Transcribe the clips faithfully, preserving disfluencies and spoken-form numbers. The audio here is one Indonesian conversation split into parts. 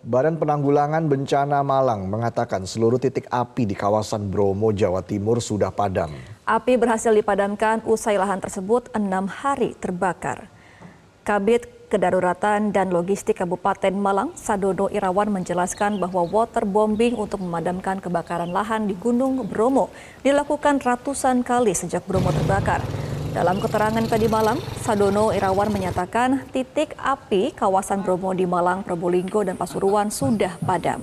Badan Penanggulangan Bencana Malang mengatakan seluruh titik api di kawasan Bromo, Jawa Timur sudah padam. Api berhasil dipadamkan usai lahan tersebut enam hari terbakar. Kabid Kedaruratan dan Logistik Kabupaten Malang, Sadono Irawan menjelaskan bahwa waterbombing untuk memadamkan kebakaran lahan di Gunung Bromo dilakukan ratusan kali sejak Bromo terbakar. Dalam keterangan tadi malam, Sadono Irawan menyatakan titik api kawasan Bromo di Malang, Probolinggo, dan Pasuruan sudah padam.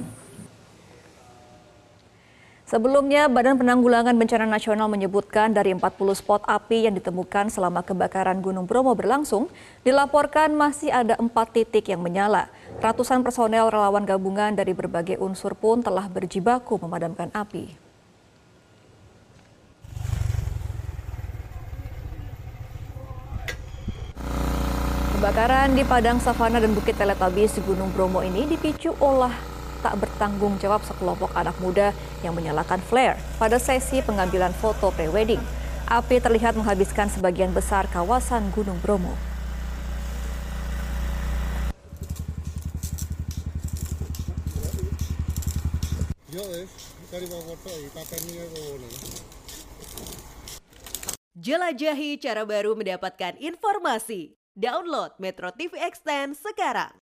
Sebelumnya, Badan Penanggulangan Bencana Nasional menyebutkan dari empat puluh spot api yang ditemukan selama kebakaran Gunung Bromo berlangsung, dilaporkan masih ada empat titik yang menyala. Ratusan personel relawan gabungan dari berbagai unsur pun telah berjibaku memadamkan api. Kebakaran di Padang Savana dan Bukit Teletabis di Gunung Bromo ini dipicu olah tak bertanggung jawab sekelompok anak muda yang menyalakan flare pada sesi pengambilan foto pre-wedding. Api terlihat menghabiskan sebagian besar kawasan Gunung Bromo. Jelajahi cara baru mendapatkan informasi. Download Metro T V Extend sekarang.